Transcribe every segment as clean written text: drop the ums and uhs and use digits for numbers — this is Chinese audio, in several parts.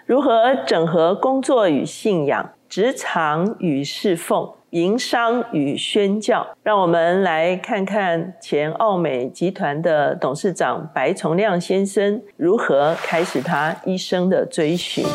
如何整合工作与信仰，职场与侍奉，营商与宣教。让我们来看看前奥美集团的董事长白崇亮先生如何开始他一生的追寻。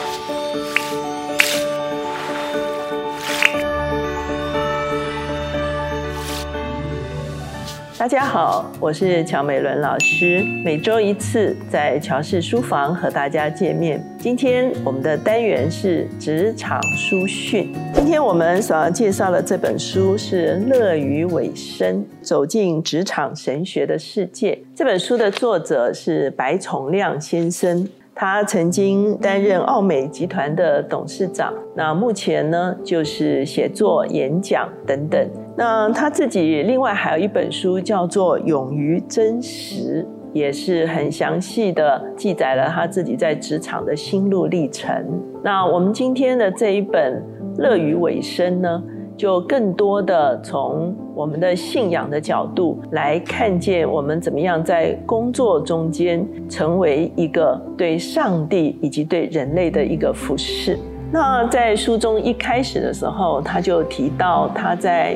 大家好，我是乔美伦老师，每周一次在乔氏书房和大家见面。今天我们的单元是职场书讯。今天我们所要介绍的这本书是《乐于委身：走进职场神学的世界》。这本书的作者是白崇亮先生，他曾经担任奥美集团的董事长，那目前呢就是写作、演讲等等。那他自己另外还有一本书叫做《勇于真实》，也是很详细的记载了他自己在职场的心路历程。那我们今天的这一本《乐于委身》呢，就更多的从我们的信仰的角度来看见我们怎么样在工作中间成为一个对上帝以及对人类的一个服事。那在书中一开始的时候，他就提到他在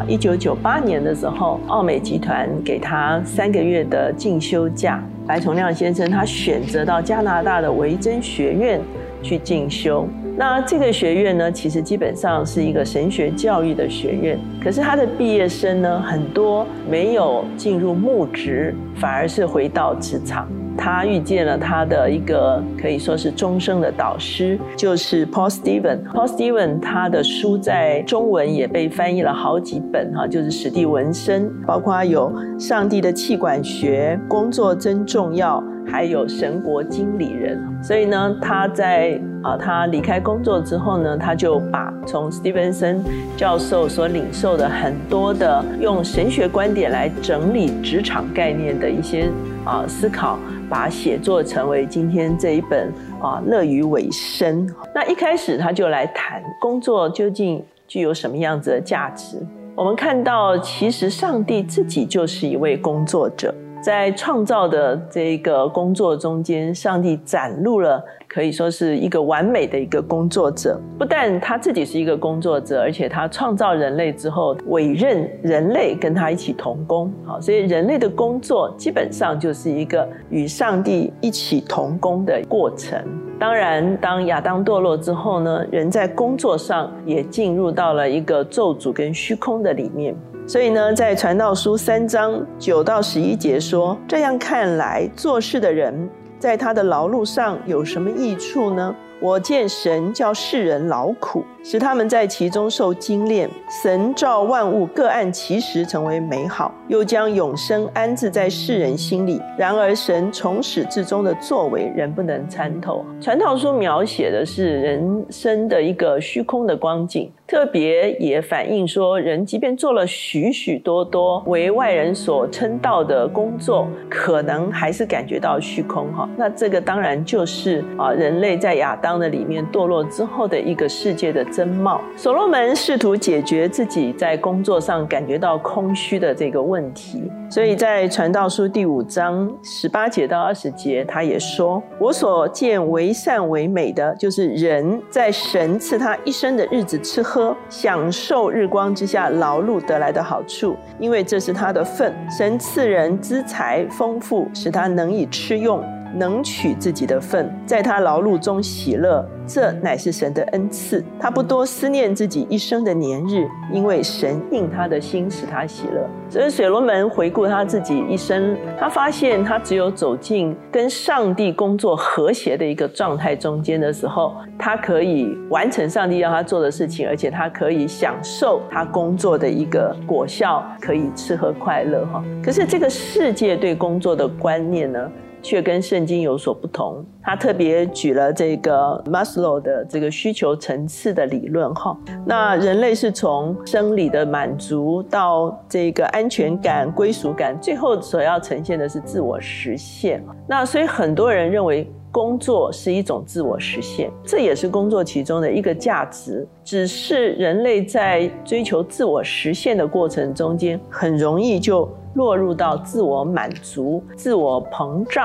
1998年的时候，奥美集团给他3个月的进修假。白崇亮先生他选择到加拿大的维珍学院去进修。那这个学院呢，其实基本上是一个神学教育的学院，可是他的毕业生呢，很多没有进入牧职，反而是回到职场。他遇见了他的一个可以说是终生的导师，就是 Paul Stevens。Paul Stevens 他的书在中文也被翻译了好几本，就是史蒂文森，包括有上帝的气管学、工作真重要，还有神国经理人。所以呢，他在他离开工作之后呢，他就把从史蒂文森教授所领受的很多的用神学观点来整理职场概念的一些思考，把它写作成为今天这一本乐于委身。那一开始他就来谈工作究竟具有什么样子的价值。我们看到其实上帝自己就是一位工作者，在创造的这个工作中间，上帝展露了可以说是一个完美的一个工作者。不但他自己是一个工作者，而且他创造人类之后委任人类跟他一起同工。所以人类的工作基本上就是一个与上帝一起同工的过程。当然当亚当堕落之后呢，人在工作上也进入到了一个咒诅跟虚空的里面。所以呢，在传道书3章9到11节说，这样看来，做事的人在他的劳碌上有什么益处呢？我见神叫世人劳苦，使他们在其中受精炼。神造万物各按其时成为美好，又将永生安置在世人心里。然而神从始至终的作为，人不能参透。传道书描写的是人生的一个虚空的光景，特别也反映说，人即便做了许许多多为外人所称道的工作，可能还是感觉到虚空。那这个当然就是人类在亚当的里面堕落之后的一个世界的真貌。所罗门试图解决自己在工作上感觉到空虚的这个问题，所以在传道书第5章18节到20节，他也说，我所见为善为美的，就是人在神赐他一生的日子吃喝，享受日光之下劳碌得来的好处，因为这是他的份。神赐人资财丰富，使他能以吃用，能取自己的份，在他劳碌中喜乐，这乃是神的恩赐。他不多思念自己一生的年日，因为神应他的心，使他喜乐。所以所罗门回顾他自己一生，他发现他只有走进跟上帝工作和谐的一个状态中间的时候，他可以完成上帝让他做的事情，而且他可以享受他工作的一个果效，可以吃喝快乐。可是这个世界对工作的观念呢，却跟圣经有所不同。他特别举了这个 Maslow 的这个需求层次的理论。那人类是从生理的满足到这个安全感、归属感，最后所要呈现的是自我实现。那所以很多人认为工作是一种自我实现，这也是工作其中的一个价值。只是人类在追求自我实现的过程中间，很容易就落入到自我满足、自我膨胀，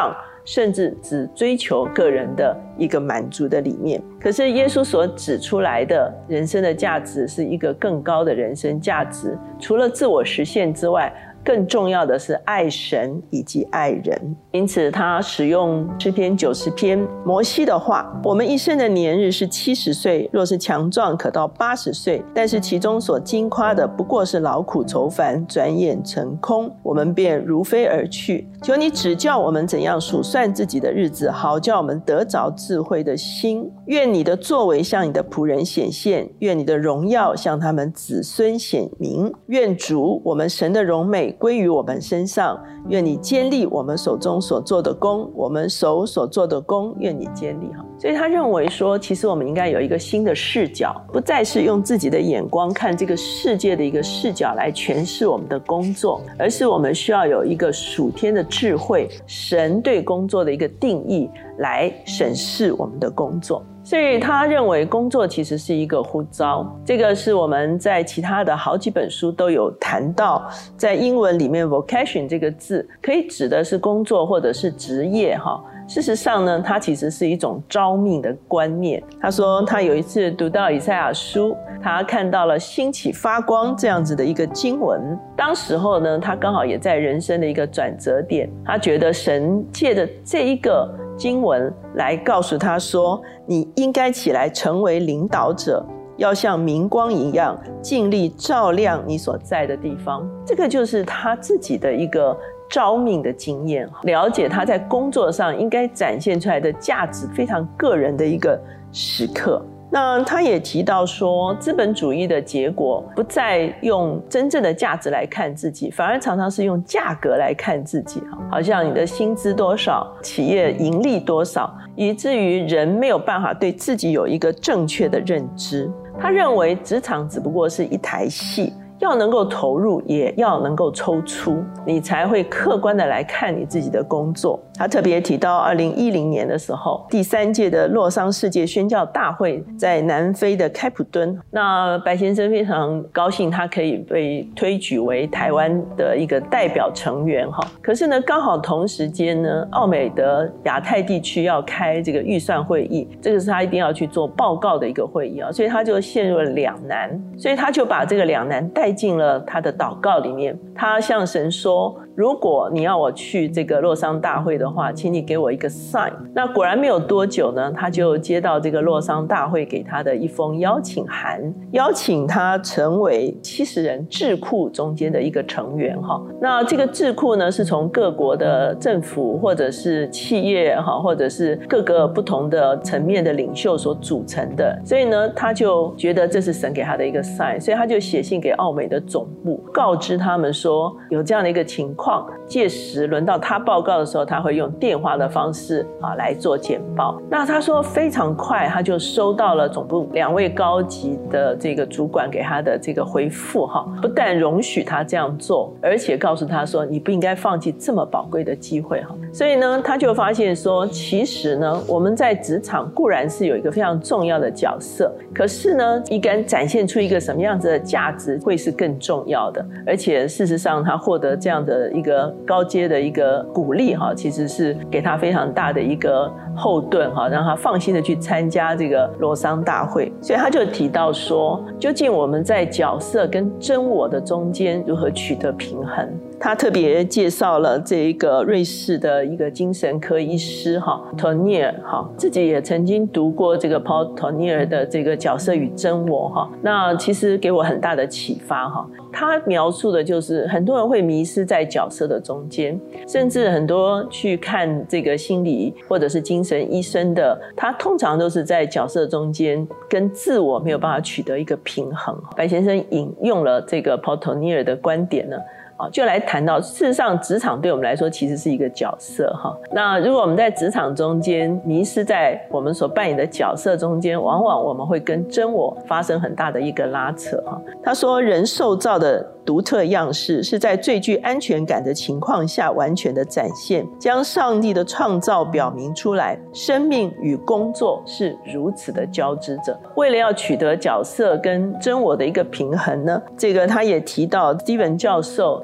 甚至只追求个人的一个满足的理念。可是耶稣所指出来的人生的价值是一个更高的人生价值，除了自我实现之外，更重要的是爱神以及爱人。因此他使用诗篇90篇摩西的话，我们一生的年日是70岁，若是强壮可到80岁，但是其中所经夸的不过是劳苦愁烦，转眼成空，我们便如飞而去。求你指教我们怎样数算自己的日子，好叫我们得着智慧的心。愿你的作为向你的仆人显现，愿你的荣耀向他们子孙显明。愿主我们神的荣美归于我们身上，愿你坚立我们手中所做的工，我们手所做的工愿你坚立。所以他认为说，其实我们应该有一个新的视角，不再是用自己的眼光看这个世界的一个视角来诠释我们的工作，而是我们需要有一个属天的智慧，神对工作的一个定义来审视我们的工作。所以他认为工作其实是一个呼召，这个是我们在其他的好几本书都有谈到，在英文里面 vocation 这个字可以指的是工作或者是职业。事实上呢，它其实是一种召命的观念。他说他有一次读到以赛亚书，他看到了兴起发光这样子的一个经文，当时候呢，他刚好也在人生的一个转折点，他觉得神借着这一个经文来告诉他说，你应该起来成为领导者，要像明光一样尽力照亮你所在的地方。这个就是他自己的一个召命的经验，了解他在工作上应该展现出来的价值，非常个人的一个时刻。那他也提到说，资本主义的结果不再用真正的价值来看自己，反而常常是用价格来看自己，好像你的薪资多少，企业盈利多少，以至于人没有办法对自己有一个正确的认知。他认为职场只不过是一台戏，要能够投入也要能够抽出，你才会客观的来看你自己的工作。他特别提到2010年的时候，第3届的洛桑世界宣教大会在南非的开普敦，那白先生非常高兴他可以被推举为台湾的一个代表成员。可是呢，刚好同时间呢，奥美的亚太地区要开这个预算会议，这个是他一定要去做报告的一个会议，所以他就陷入了两难，所以他就把这个两难带进了他的祷告里面。他向神说，如果你要我去这个洛桑大会的话，请你给我一个 sign。 那果然没有多久呢，他就接到这个洛桑大会给他的一封邀请函，邀请他成为70人智库中间的一个成员。那这个智库呢，是从各国的政府或者是企业或者是各个不同的层面的领袖所组成的，所以呢，他就觉得这是神给他的一个 sign， 所以他就写信给奥美的总部，告知他们说有这样的一个情况，届时轮到他报告的时候，他会用电话的方式来做简报。那他说非常快，他就收到了总部2位高级的这个主管给他的这个回复，不但容许他这样做，而且告诉他说你不应该放弃这么宝贵的机会。所以呢，他就发现说，其实呢，我们在职场固然是有一个非常重要的角色，可是呢，应该展现出一个什么样子的价值会是更重要的。而且事实上他获得这样的一个高阶的一个鼓励，其实是给他非常大的一个后盾，让他放心的去参加这个洛桑大会。所以他就提到说，究竟我们在角色跟真我的中间如何取得平衡。他特别介绍了这一个瑞士的一个精神科医师Tonnier， 自己也曾经读过这个 Paul Tonnier 的这个角色与真我，那其实给我很大的启发。他描述的就是很多人会迷失在角色的中间，甚至很多去看这个心理或者是精神医生的，他通常都是在角色中间跟自我没有办法取得一个平衡。白先生引用了这个 Paul Tonnier 的观点呢，就来谈到事实上职场对我们来说其实是一个角色。那如果我们在职场中间迷失在我们所扮演的角色中间，往往我们会跟真我发生很大的一个拉扯。他说，人受造的独特样式是在最具安全感的情况下完全的展现，将上帝的创造表明出来。生命与工作是如此的交织着。为了要取得角色跟真我的一个平衡呢，这个他也提到 Steven 教授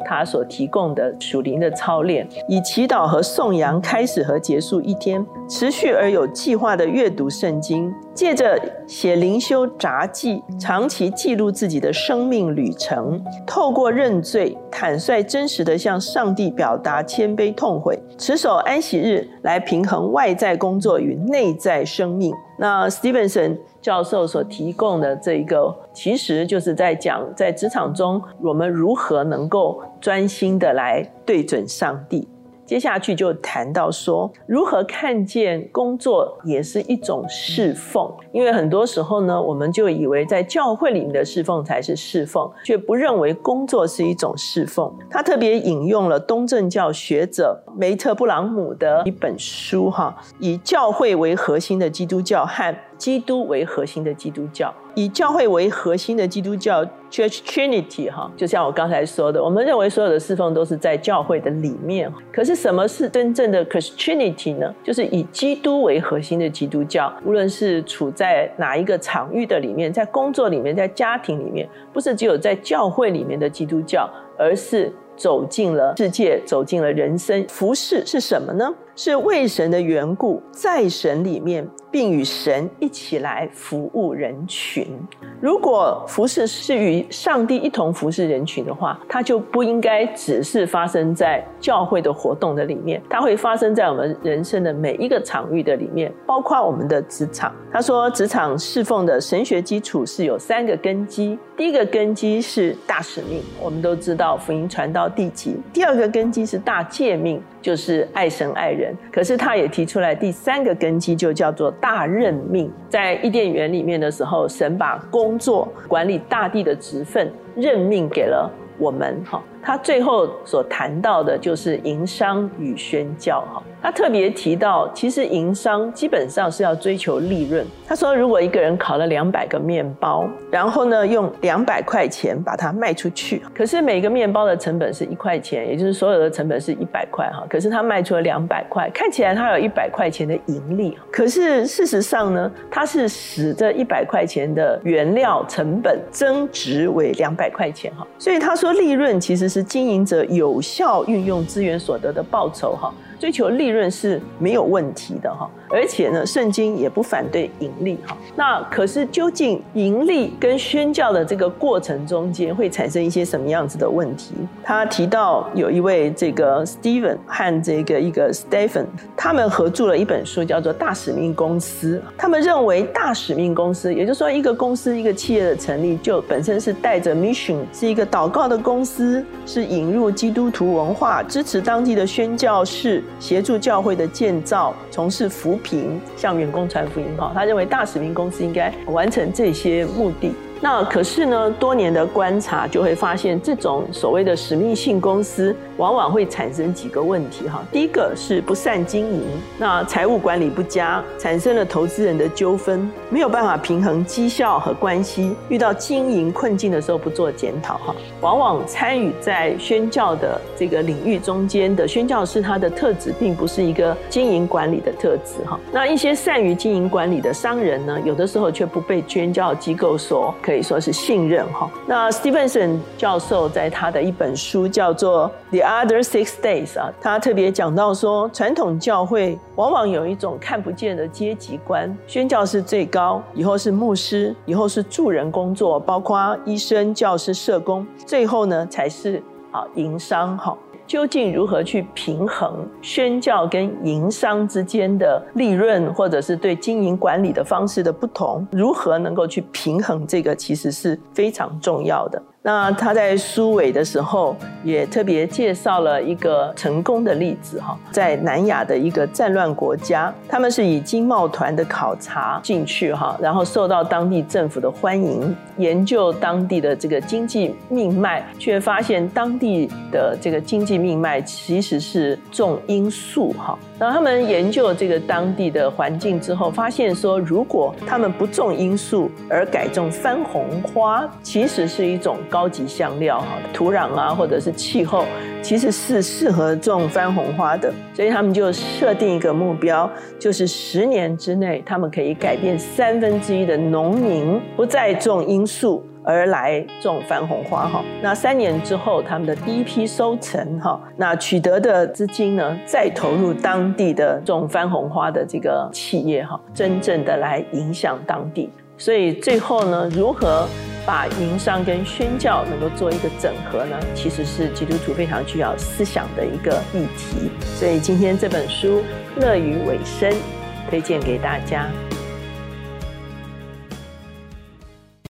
他所提供的属灵的操练，以祈祷和颂扬开始和结束一天，持续而有计划的阅读圣经，借着写灵修札记，长期记录自己的生命旅程，透过认罪，坦率真实的向上帝表达谦卑痛悔，持守安息日来平衡外在工作与内在生命。那 Stevenson 教授所提供的这一个，其实就是在讲在职场中我们如何能够专心的来对准上帝。接下去就谈到说，如何看见工作也是一种侍奉。因为很多时候呢，我们就以为在教会里面的侍奉才是侍奉，却不认为工作是一种侍奉。他特别引用了东正教学者梅特布朗姆的一本书，以教会为核心的基督教和基督为核心的基督教。以教会为核心的基督教 Church Trinity， 就像我刚才说的，我们认为所有的侍奉都是在教会的里面。可是什么是真正的 Christianity 呢？就是以基督为核心的基督教，无论是处在哪一个场域的里面，在工作里面，在家庭里面，不是只有在教会里面的基督教，而是走进了世界，走进了人生。服事是什么呢？是为神的缘故，在神里面，并与神一起来服务人群。如果服事是与上帝一同服事人群的话，它就不应该只是发生在教会的活动的里面，它会发生在我们人生的每一个场域的里面，包括我们的职场。他说，职场侍奉的神学基础是有3个根基。第一个根基是大使命，我们都知道福音传到地极。第二个根基是大诫命，就是爱神爱人。可是他也提出来第3个根基，就叫做大任命。在伊甸园里面的时候，神把工作管理大地的职分任命给了我们。他最后所谈到的就是营商与宣教。他特别提到，其实营商基本上是要追求利润。他说，如果一个人烤了200个面包，然后呢用200块钱把它卖出去，可是每个面包的成本是1块钱，也就是所有的成本是100块，可是他卖出了200块，看起来他有100块钱的盈利，可是事实上呢，他是使这100块钱的原料成本增值为200块钱。所以他说，利润其实是经营者有效运用资源所得的报酬。追求利润是没有问题的，而且呢，圣经也不反对盈利。那可是究竟盈利跟宣教的这个过程中间会产生一些什么样子的问题？他提到有一位这个 Steven 和这个一个 Stephen， 他们合著了一本书叫做《大使命公司》。他们认为大使命公司，也就是说一个公司一个企业的成立就本身是带着 mission， 是一个祷告的公司，是引入基督徒文化，支持当地的宣教士，协助教会的建造，从事扶贫，向员工传福音。他认为大使命公司应该完成这些目的。那可是呢，多年的观察就会发现，这种所谓的使命性公司往往会产生几个问题。第一个是不善经营，那财务管理不佳，产生了投资人的纠纷，没有办法平衡绩效和关系，遇到经营困境的时候不做检讨。往往参与在宣教的这个领域中间的宣教士，他的特质并不是一个经营管理的特质。那一些善于经营管理的商人呢，有的时候却不被宣教机构所可以说是信任。那 Stevenson 教授在他的一本书叫做 The Other 6 Days， 他特别讲到说，传统教会往往有一种看不见的阶级观，宣教士最高，以后是牧师，以后是助人工作，包括医生、教师、社工，最后呢才是营商。究竟如何去平衡宣教跟营商之间的利润，或者是对经营管理的方式的不同，如何能够去平衡，这个其实是非常重要的。那他在书尾的时候也特别介绍了一个成功的例子，在南亚的一个战乱国家，他们是以经贸团的考察进去，然后受到当地政府的欢迎，研究当地的这个经济命脉，却发现当地的这个经济命脉其实是种罂粟。然后他们研究这个当地的环境之后，发现说，如果他们不种罂粟而改种番红花，其实是一种高级香料，土壤或者是气候其实是适合种番红花的。所以他们就设定一个目标，就是10年之内他们可以改变1/3的农民不再种罂粟， 而来种番红花哈。那3年之后，他们的第一批收成哈，那取得的资金呢，再投入当地的种番红花的这个企业哈，真正的来影响当地。所以最后呢，如何把营商跟宣教能够做一个整合呢？其实是基督徒非常具有思想的一个议题。所以今天这本书《乐于委身》推荐给大家。